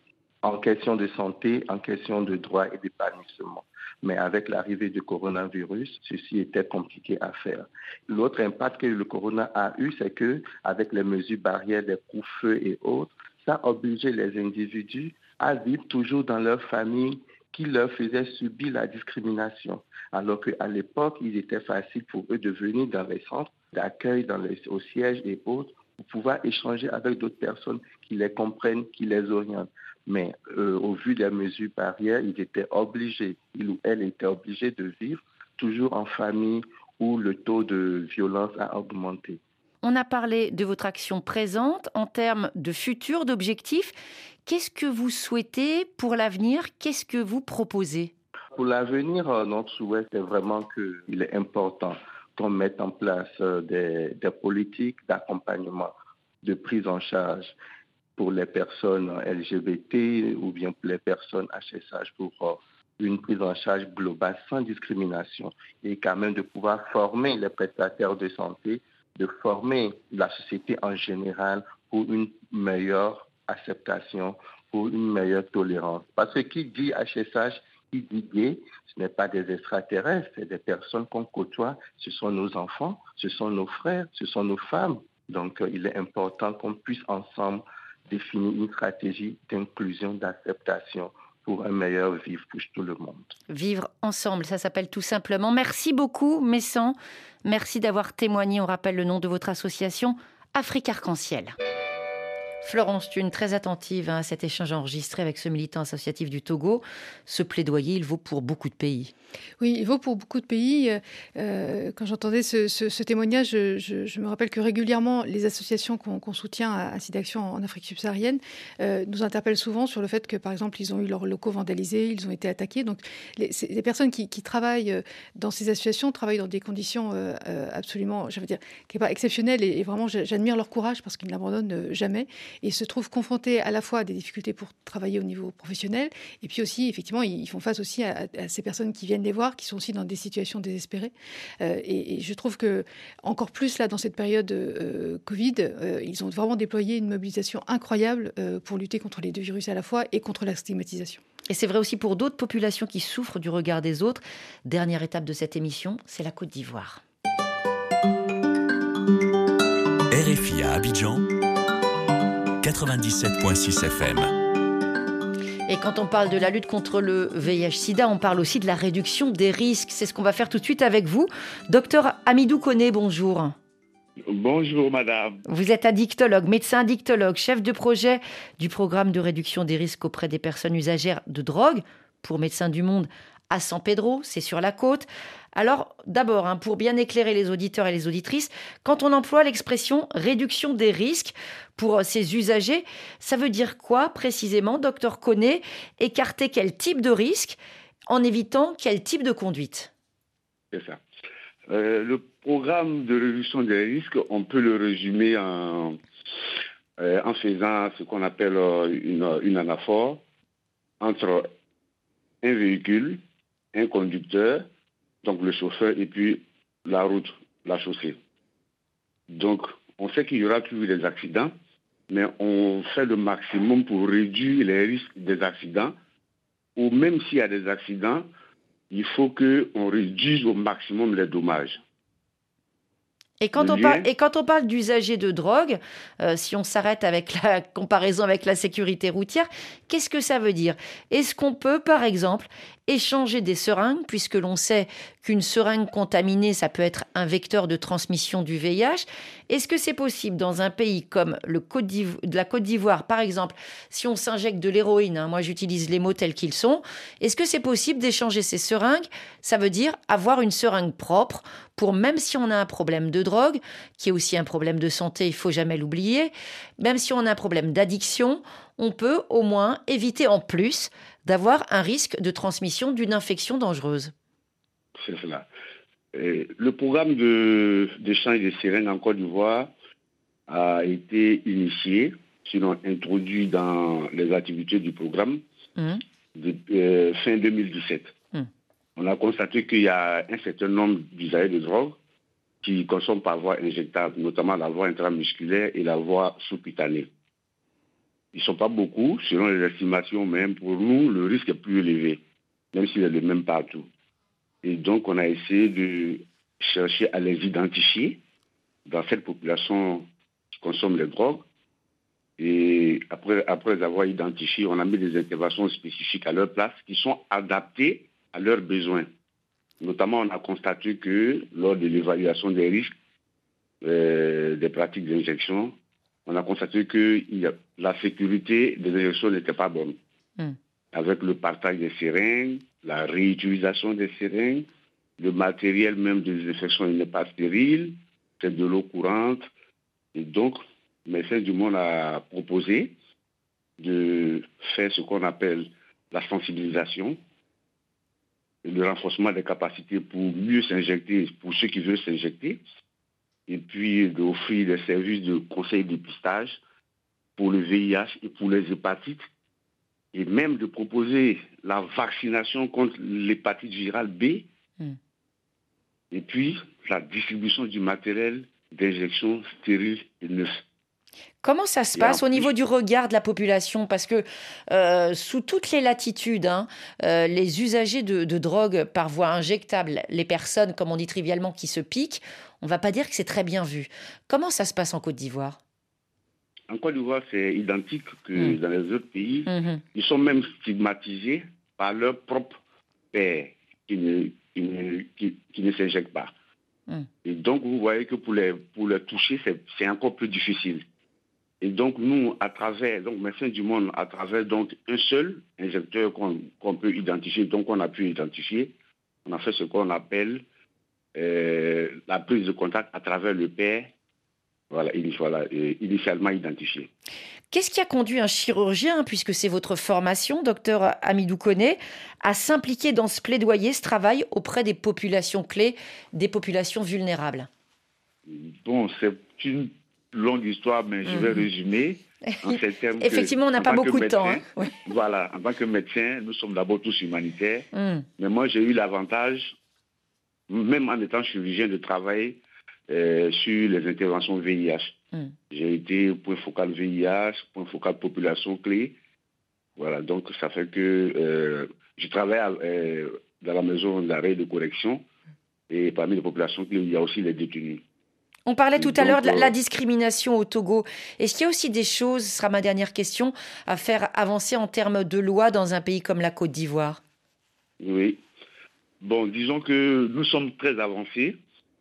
en question de santé, en question de droit et d'épanouissement. Mais avec l'arrivée du coronavirus, ceci était compliqué à faire. L'autre impact que le corona a eu, c'est que avec les mesures barrières des couvre-feux et autres, ça a obligé les individus à vivre toujours dans leur famille qui leur faisait subir la discrimination. Alors qu'à l'époque, il était facile pour eux de venir dans les centres d'accueil, dans les, au siège et autres, pour pouvoir échanger avec d'autres personnes qui les comprennent, qui les orientent. Mais euh, au vu des mesures barrières, ils étaient obligés, ils ou elles étaient obligés de vivre toujours en famille où le taux de violence a augmenté. On a parlé de votre action présente en termes de futur, d'objectifs. Qu'est-ce que vous souhaitez pour l'avenir ? Qu'est-ce que vous proposez ? Pour l'avenir, notre souhait, c'est vraiment qu'il est important qu'on mette en place des, des politiques d'accompagnement, de prise en charge pour les personnes L G B T ou bien pour les personnes H S H pour une prise en charge globale sans discrimination et quand même de pouvoir former les prestataires de santé, de former la société en général pour une meilleure acceptation, pour une meilleure tolérance. Parce que qui dit H S H, qui dit gay, ce n'est pas des extraterrestres, c'est des personnes qu'on côtoie, ce sont nos enfants, ce sont nos frères, ce sont nos femmes. Donc, euh, il est important qu'on puisse ensemble définir une stratégie d'inclusion, d'acceptation pour un meilleur vivre pour tout le monde. Vivre ensemble, ça s'appelle tout simplement. Merci beaucoup, Messan. Merci d'avoir témoigné. On rappelle le nom de votre association, Afrique Arc-en-Ciel. Florence Thune, très attentive à cet échange enregistré avec ce militant associatif du Togo. Ce plaidoyer, il vaut pour beaucoup de pays. Oui, il vaut pour beaucoup de pays. Euh, quand j'entendais ce, ce, ce témoignage, je, je, je me rappelle que régulièrement, les associations qu'on, qu'on soutient à, à SIDAction en Afrique subsaharienne euh, nous interpellent souvent sur le fait que, par exemple, ils ont eu leurs locaux vandalisés, ils ont été attaqués. Donc, les, les personnes qui, qui travaillent dans ces associations travaillent dans des conditions euh, absolument, je veux dire, qui n'est pas exceptionnelles. Et, et vraiment, j'admire leur courage parce qu'ils ne l'abandonnent jamais. Et se trouvent confrontés à la fois à des difficultés pour travailler au niveau professionnel, et puis aussi, effectivement, ils font face aussi à, à ces personnes qui viennent les voir, qui sont aussi dans des situations désespérées. Euh, et, et je trouve que encore plus là, dans cette période euh, Covid, euh, ils ont vraiment déployé une mobilisation incroyable euh, pour lutter contre les deux virus à la fois et contre la stigmatisation. Et c'est vrai aussi pour d'autres populations qui souffrent du regard des autres. Dernière étape de cette émission, c'est la Côte d'Ivoire. R F I à Abidjan, quatre-vingt-dix-sept virgule six F M. Et quand on parle de la lutte contre le V I H sida, on parle aussi de la réduction des risques. C'est ce qu'on va faire tout de suite avec vous. Docteur Hamidou Koné, bonjour. Bonjour madame. Vous êtes addictologue, médecin addictologue, chef de projet du programme de réduction des risques auprès des personnes usagères de drogue pour Médecins du Monde à San Pedro, c'est sur la côte. Alors d'abord, hein, pour bien éclairer les auditeurs et les auditrices, quand on emploie l'expression réduction des risques pour ces usagers, ça veut dire quoi précisément, docteur Koné? Écarter quel type de risque en évitant quel type de conduite? C'est ça. Euh, le programme de réduction des risques, on peut le résumer en, euh, en faisant ce qu'on appelle une, une anaphore entre un véhicule, un conducteur, donc le chauffeur, et puis la route, la chaussée. Donc, on sait qu'il y aura toujours des accidents, mais on fait le maximum pour réduire les risques des accidents, ou même s'il y a des accidents, il faut qu'on réduise au maximum les dommages. Et quand, on parle, et quand on parle d'usagers de drogue, euh, si on s'arrête avec la comparaison avec la sécurité routière, qu'est-ce que ça veut dire? Est-ce qu'on peut, par exemple, échanger des seringues, puisque l'on sait qu'une seringue contaminée, ça peut être un vecteur de transmission du V I H. Est-ce que c'est possible dans un pays comme le Côte d'Ivoire, la Côte d'Ivoire, par exemple, si on s'injecte de l'héroïne, hein, moi j'utilise les mots tels qu'ils sont, est-ce que c'est possible d'échanger ces seringues? Ça veut dire avoir une seringue propre pour, même si on a un problème de drogue, qui est aussi un problème de santé, il faut jamais l'oublier, même si on a un problème d'addiction, on peut au moins éviter en plus d'avoir un risque de transmission d'une infection dangereuse. C'est cela. Et le programme de, d'échange de seringues en Côte d'Ivoire a été initié, sinon introduit dans les activités du programme mmh. de, euh, fin deux mille dix-sept. Mmh. On a constaté qu'il y a un certain nombre d'usagers de drogue qui consomment par voie injectable, notamment la voie intramusculaire et la voie sous-cutanée. Ils ne sont pas beaucoup, selon les estimations, même pour nous, le risque est plus élevé, même s'il est le même partout. Et donc, on a essayé de chercher à les identifier dans cette population qui consomme les drogues. Et après, après les avoir identifiés, on a mis des interventions spécifiques à leur place qui sont adaptées à leurs besoins. Notamment, on a constaté que lors de l'évaluation des risques euh, des pratiques d'injection, on a constaté que il y a, la sécurité des injections n'était pas bonne. Mm. Avec le partage des seringues, la réutilisation des seringues, le matériel même de désinfection n'est pas stérile, c'est de l'eau courante. Et donc, Médecins du Monde a proposé de faire ce qu'on appelle la sensibilisation, le renforcement des capacités pour mieux s'injecter, pour ceux qui veulent s'injecter, et puis d'offrir des services de conseil de dépistage pour le V I H et pour les hépatites, et même de proposer la vaccination contre l'hépatite virale B, mm. et puis la distribution du matériel d'injection stérile et neuf. Comment ça se passe au niveau du regard de la population? Parce que euh, sous toutes les latitudes, hein, euh, les usagers de, de drogue par voie injectable, les personnes, comme on dit trivialement, qui se piquent, on ne va pas dire que c'est très bien vu. Comment ça se passe en Côte d'Ivoire? En Côte d'Ivoire, c'est identique que mmh. dans les autres pays. Mmh. Ils sont même stigmatisés par leur propre père qui ne, qui ne, qui, qui ne s'injecte pas. Mmh. Et donc, vous voyez que pour les, pour les toucher, c'est, c'est encore plus difficile. Et donc, nous, à travers, donc, Médecins du Monde, à travers donc un seul injecteur qu'on, qu'on peut identifier, donc on a pu identifier, on a fait ce qu'on appelle euh, la prise de contact à travers le père, voilà, voilà, initialement identifié. Qu'est-ce qui a conduit un chirurgien, puisque c'est votre formation, docteur Hamidou Koné, à s'impliquer dans ce plaidoyer, ce travail auprès des populations clés, des populations vulnérables? Bon, c'est une longue histoire, mais je vais mmh. résumer en ces termes. Effectivement, on n'a pas beaucoup de médecin, temps. Hein. Oui. Voilà, en tant que médecin, nous sommes d'abord tous humanitaires. Mmh. Mais moi, j'ai eu l'avantage, même en étant chirurgien, de travailler euh, sur les interventions V I H. Mmh. J'ai été point focal V I H, point focal population clé. Voilà, donc ça fait que euh, je travaille euh, dans la maison d'arrêt et de correction. Et parmi les populations clés, il y a aussi les détenus. On parlait tout à l'heure de la, la discrimination au Togo. Est-ce qu'il y a aussi des choses, ce sera ma dernière question, à faire avancer en termes de loi dans un pays comme la Côte d'Ivoire? Oui. Bon, disons que nous sommes très avancés.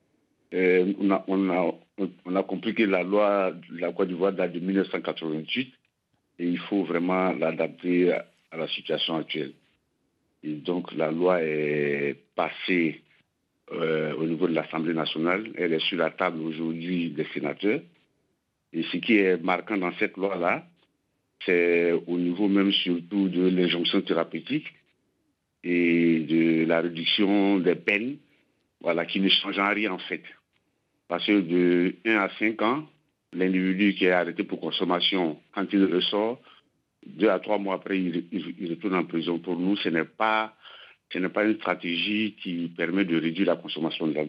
Euh, on, a, on, a, on a compris que la loi de la Côte d'Ivoire date de dix-neuf cent quatre-vingt-huit et il faut vraiment l'adapter à, à la situation actuelle. Et donc la loi est passée Euh, au niveau de l'Assemblée nationale. Elle est sur la table aujourd'hui des sénateurs. Et ce qui est marquant dans cette loi-là, c'est au niveau même surtout de l'injonction thérapeutique et de la réduction des peines, voilà, qui ne change en rien en fait. Parce que de un à cinq ans, l'individu qui est arrêté pour consommation, quand il ressort, deux à trois mois après, il, il, il retourne en prison. Pour nous, ce n'est pas Ce n'est pas une stratégie qui permet de réduire la consommation de la drogue.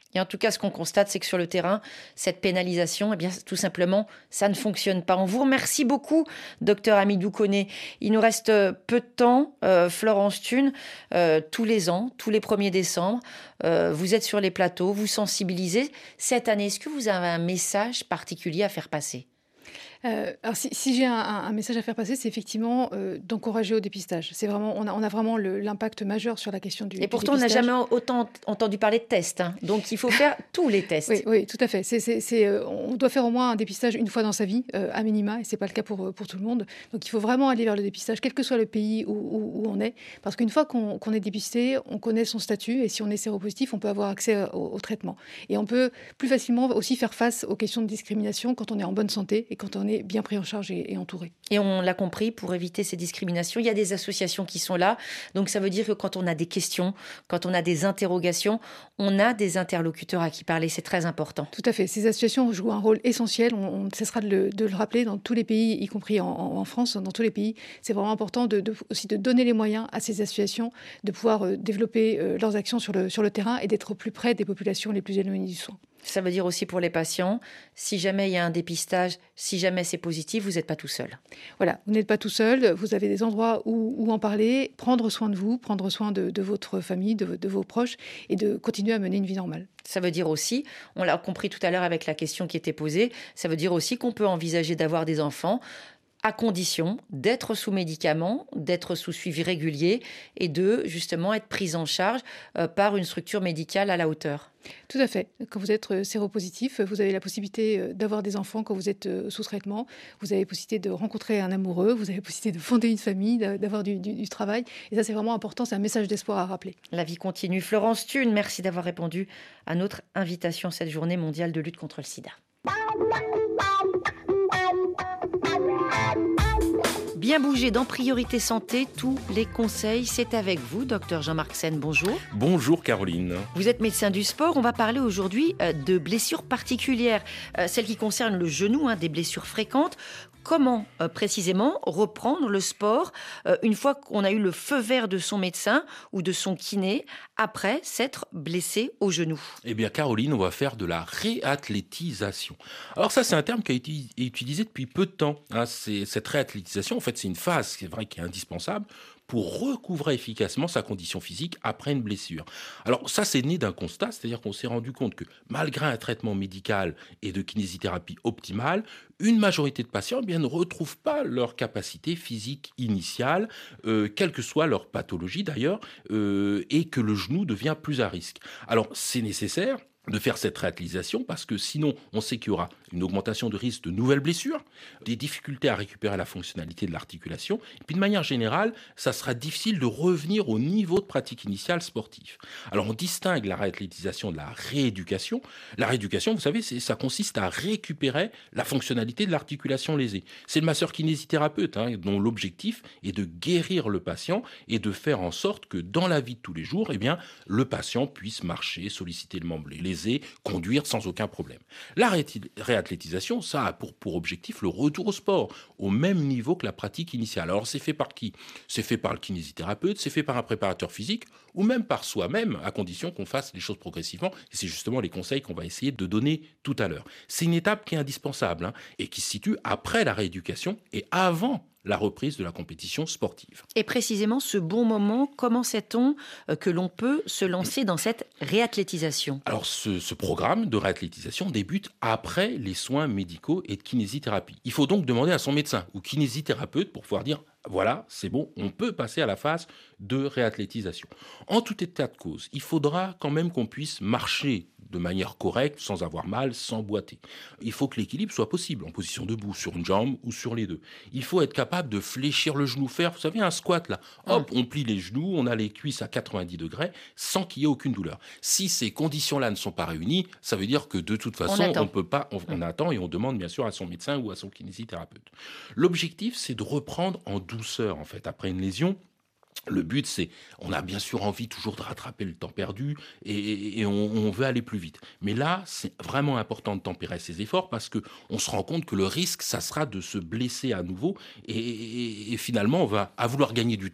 Et en tout cas, ce qu'on constate, c'est que sur le terrain, cette pénalisation, eh bien, tout simplement, ça ne fonctionne pas. On vous remercie beaucoup, docteur Hamidou Koné. Il nous reste peu de temps. Euh, Florence Thune, euh, tous les ans, tous les premiers décembre, euh, vous êtes sur les plateaux, vous sensibilisez. Cette année, est-ce que vous avez un message particulier à faire passer ? Euh, alors si, si j'ai un, un message à faire passer, c'est effectivement euh, d'encourager au dépistage. C'est vraiment, on a, on a vraiment le, l'impact majeur sur la question du, Et pourtant, du dépistage. on n'a jamais autant entendu parler de tests. Hein. Donc, il faut faire tous les tests. Oui, oui, tout à fait. C'est, c'est, c'est, euh, on doit faire au moins un dépistage une fois dans sa vie, euh, à minima, et c'est pas le cas pour, pour tout le monde. Donc, il faut vraiment aller vers le dépistage, quel que soit le pays où, où, où on est. Parce qu'une fois qu'on, qu'on est dépisté, on connaît son statut, et si on est séropositif, on peut avoir accès au, au traitement. Et on peut plus facilement aussi faire face aux questions de discrimination quand on est en bonne santé et quand on est bien pris en charge et, et entouré. Et on l'a compris, pour éviter ces discriminations, il y a des associations qui sont là. Donc ça veut dire que quand on a des questions, quand on a des interrogations, on a des interlocuteurs à qui parler. C'est très important. Tout à fait. Ces associations jouent un rôle essentiel. On ne cessera de le, de le rappeler dans tous les pays, y compris en, en France, dans tous les pays. C'est vraiment important de, de, aussi de donner les moyens à ces associations de pouvoir euh, développer euh, leurs actions sur le, sur le terrain et d'être au plus près des populations les plus éloignées du soin. Ça veut dire aussi pour les patients, si jamais il y a un dépistage, si jamais c'est positif, vous n'êtes pas tout seul. Voilà, vous n'êtes pas tout seul, vous avez des endroits où, où en parler, prendre soin de vous, prendre soin de, de votre famille, de, de vos proches et de continuer à mener une vie normale. Ça veut dire aussi, on l'a compris tout à l'heure avec la question qui était posée, ça veut dire aussi qu'on peut envisager d'avoir des enfants à condition d'être sous médicaments, d'être sous suivi régulier et de justement être prise en charge euh, par une structure médicale à la hauteur. Tout à fait. Quand vous êtes séropositif, vous avez la possibilité d'avoir des enfants quand vous êtes sous traitement. Vous avez la possibilité de rencontrer un amoureux, vous avez la possibilité de fonder une famille, d'avoir du, du, du travail. Et ça, c'est vraiment important, c'est un message d'espoir à rappeler. La vie continue. Florence Thune, merci d'avoir répondu à notre invitation cette journée mondiale de lutte contre le sida. Bien bouger dans Priorité Santé, tous les conseils, c'est avec vous, docteur Jean-Marc Sen, bonjour. Bonjour Caroline. Vous êtes médecin du sport, on va parler aujourd'hui de blessures particulières, celles qui concernent le genou, hein, des blessures fréquentes. Comment euh, précisément reprendre le sport euh, une fois qu'on a eu le feu vert de son médecin ou de son kiné après s'être blessé au genou ? Eh bien Caroline, on va faire de la réathlétisation. Alors ça, c'est un terme qui a été utilisé depuis peu de temps. Hein. C'est, cette réathlétisation, en fait, c'est une phase, c'est vrai, qui est indispensable pour recouvrer efficacement sa condition physique après une blessure. Alors ça, c'est né d'un constat, c'est-à-dire qu'on s'est rendu compte que malgré un traitement médical et de kinésithérapie optimale, une majorité de patients eh bien, ne retrouvent pas leur capacité physique initiale, euh, quelle que soit leur pathologie d'ailleurs, euh, et que le genou devient plus à risque. Alors c'est nécessaire de faire cette réathlétisation parce que sinon on sait qu'il y aura une augmentation de risque de nouvelles blessures, des difficultés à récupérer la fonctionnalité de l'articulation et puis de manière générale ça sera difficile de revenir au niveau de pratique initiale sportive. Alors on distingue la réathlétisation de la rééducation. La rééducation, vous savez, c'est, ça consiste à récupérer la fonctionnalité de l'articulation lésée. C'est le masseur kinésithérapeute hein, dont l'objectif est de guérir le patient et de faire en sorte que dans la vie de tous les jours, eh bien, le patient puisse marcher, solliciter le membre lésé, conduire sans aucun problème. La réathlétisation, ça a pour, pour objectif le retour au sport, au même niveau que la pratique initiale. Alors c'est fait par qui ? C'est fait par le kinésithérapeute, c'est fait par un préparateur physique, ou même par soi-même, à condition qu'on fasse les choses progressivement. Et c'est justement les conseils qu'on va essayer de donner tout à l'heure. C'est une étape qui est indispensable hein, et qui se situe après la rééducation et avant la reprise de la compétition sportive. Et précisément, ce bon moment, comment sait-on que l'on peut se lancer dans cette réathlétisation ? Alors, ce, ce programme de réathlétisation débute après les soins médicaux et de kinésithérapie. Il faut donc demander à son médecin ou kinésithérapeute pour pouvoir dire voilà, c'est bon, on peut passer à la phase de réathlétisation. En tout état de cause, il faudra quand même qu'on puisse marcher de manière correcte, sans avoir mal, sans boiter. Il faut que l'équilibre soit possible, en position debout, sur une jambe ou sur les deux. Il faut être capable de fléchir le genou, faire, vous savez, un squat là. Hop, on plie les genoux, on a les cuisses à quatre-vingt-dix degrés, sans qu'il y ait aucune douleur. Si ces conditions-là ne sont pas réunies, ça veut dire que de toute façon, on, on peut pas, on, on attend et on demande bien sûr à son médecin ou à son kinésithérapeute. L'objectif, c'est de reprendre en douceur, en fait, après une lésion. Le but, c'est, on a bien sûr envie toujours de rattraper le temps perdu et, et on, on veut aller plus vite. Mais là, c'est vraiment important de tempérer ses efforts parce que on se rend compte que le risque, ça sera de se blesser à nouveau et, et, et finalement, on va, à vouloir gagner du temps,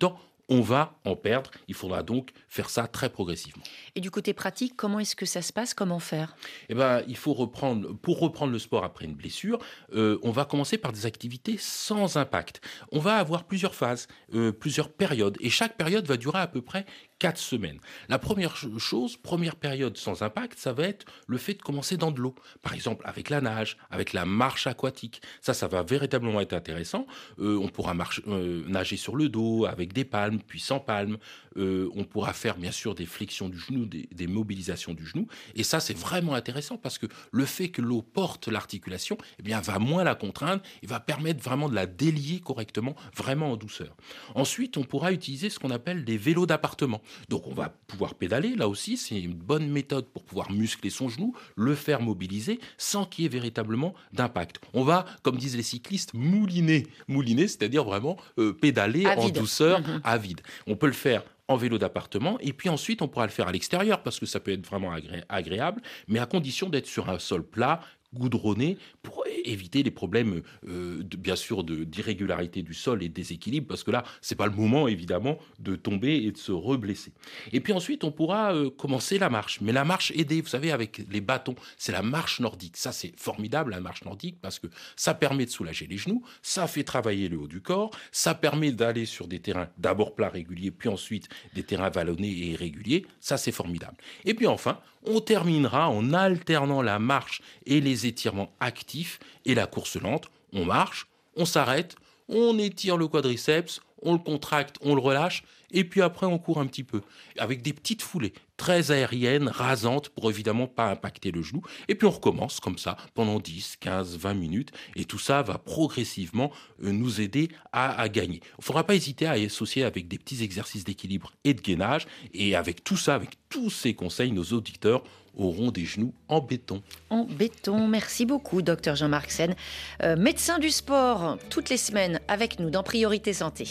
on va en perdre. Il faudra donc faire ça très progressivement. Et du côté pratique, comment est-ce que ça se passe? Comment faire? Eh ben, il faut reprendre, pour reprendre le sport après une blessure, euh, on va commencer par des activités sans impact. On va avoir plusieurs phases, euh, plusieurs périodes, et chaque période va durer à peu près quatre semaines. La première chose, première période sans impact, ça va être le fait de commencer dans de l'eau. Par exemple, avec la nage, avec la marche aquatique. Ça, ça va véritablement être intéressant. Euh, on pourra marcher, euh, nager sur le dos, avec des palmes, puis sans palmes. Euh, on pourra faire, bien sûr, des flexions du genou, des, des mobilisations du genou. Et ça, c'est vraiment intéressant parce que le fait que l'eau porte l'articulation, eh bien, va moins la contraindre et va permettre vraiment de la délier correctement, vraiment en douceur. Ensuite, on pourra utiliser ce qu'on appelle des vélos d'appartement. Donc, on va pouvoir pédaler. Là aussi, c'est une bonne méthode pour pouvoir muscler son genou, le faire mobiliser sans qu'il y ait véritablement d'impact. On va, comme disent les cyclistes, mouliner. Mouliner, c'est-à-dire vraiment euh, pédaler à en vide. douceur, Mmh. à vide. On peut le faire en vélo d'appartement, et puis ensuite on pourra le faire à l'extérieur parce que ça peut être vraiment agré- agréable, mais à condition d'être sur un sol plat, goudronné, pour éviter les problèmes, euh, de, bien sûr, de, d'irrégularité du sol et de déséquilibre, parce que là, c'est pas le moment, évidemment, de tomber et de se reblesser. Et puis ensuite, on pourra euh, commencer la marche, mais la marche aidée, vous savez, avec les bâtons, c'est la marche nordique. Ça, c'est formidable, la marche nordique, parce que ça permet de soulager les genoux, ça fait travailler le haut du corps, ça permet d'aller sur des terrains d'abord plats réguliers, puis ensuite des terrains vallonnés et irréguliers. Ça, c'est formidable. Et puis enfin, on terminera en alternant la marche et les étirements actifs et la course lente. On marche, on s'arrête, on étire le quadriceps, on le contracte, on le relâche, et puis après on court un petit peu, avec des petites foulées très aériennes, rasantes, pour évidemment pas impacter le genou. Et puis on recommence comme ça pendant dix, quinze, vingt minutes, et tout ça va progressivement nous aider à, à gagner. Il ne faudra pas hésiter à associer avec des petits exercices d'équilibre et de gainage, et avec tout ça, avec tous ces conseils, nos auditeurs auront des genoux en béton. En béton, merci beaucoup, docteur Jean-Marc Sen, euh, médecin du sport, toutes les semaines avec nous dans Priorité Santé.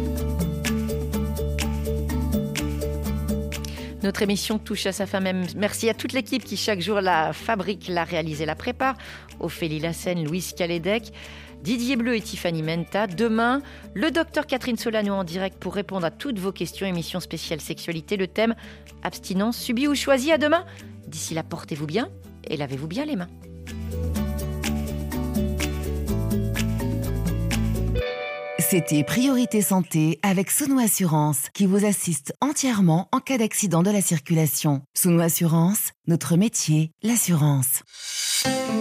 Notre émission touche à sa fin même. Merci à toute l'équipe qui chaque jour la fabrique, la réalise et la prépare. Ophélie Lassène, Louise Calédec, Didier Bleu et Tiffany Menta. Demain, le docteur Catherine Solano en direct pour répondre à toutes vos questions. Émission spéciale sexualité. Le thème abstinence subie ou choisie. À demain. D'ici là, portez-vous bien et lavez-vous bien les mains. C'était Priorité Santé avec Sono Assurance qui vous assiste entièrement en cas d'accident de la circulation. Sono Assurance, notre métier, l'assurance.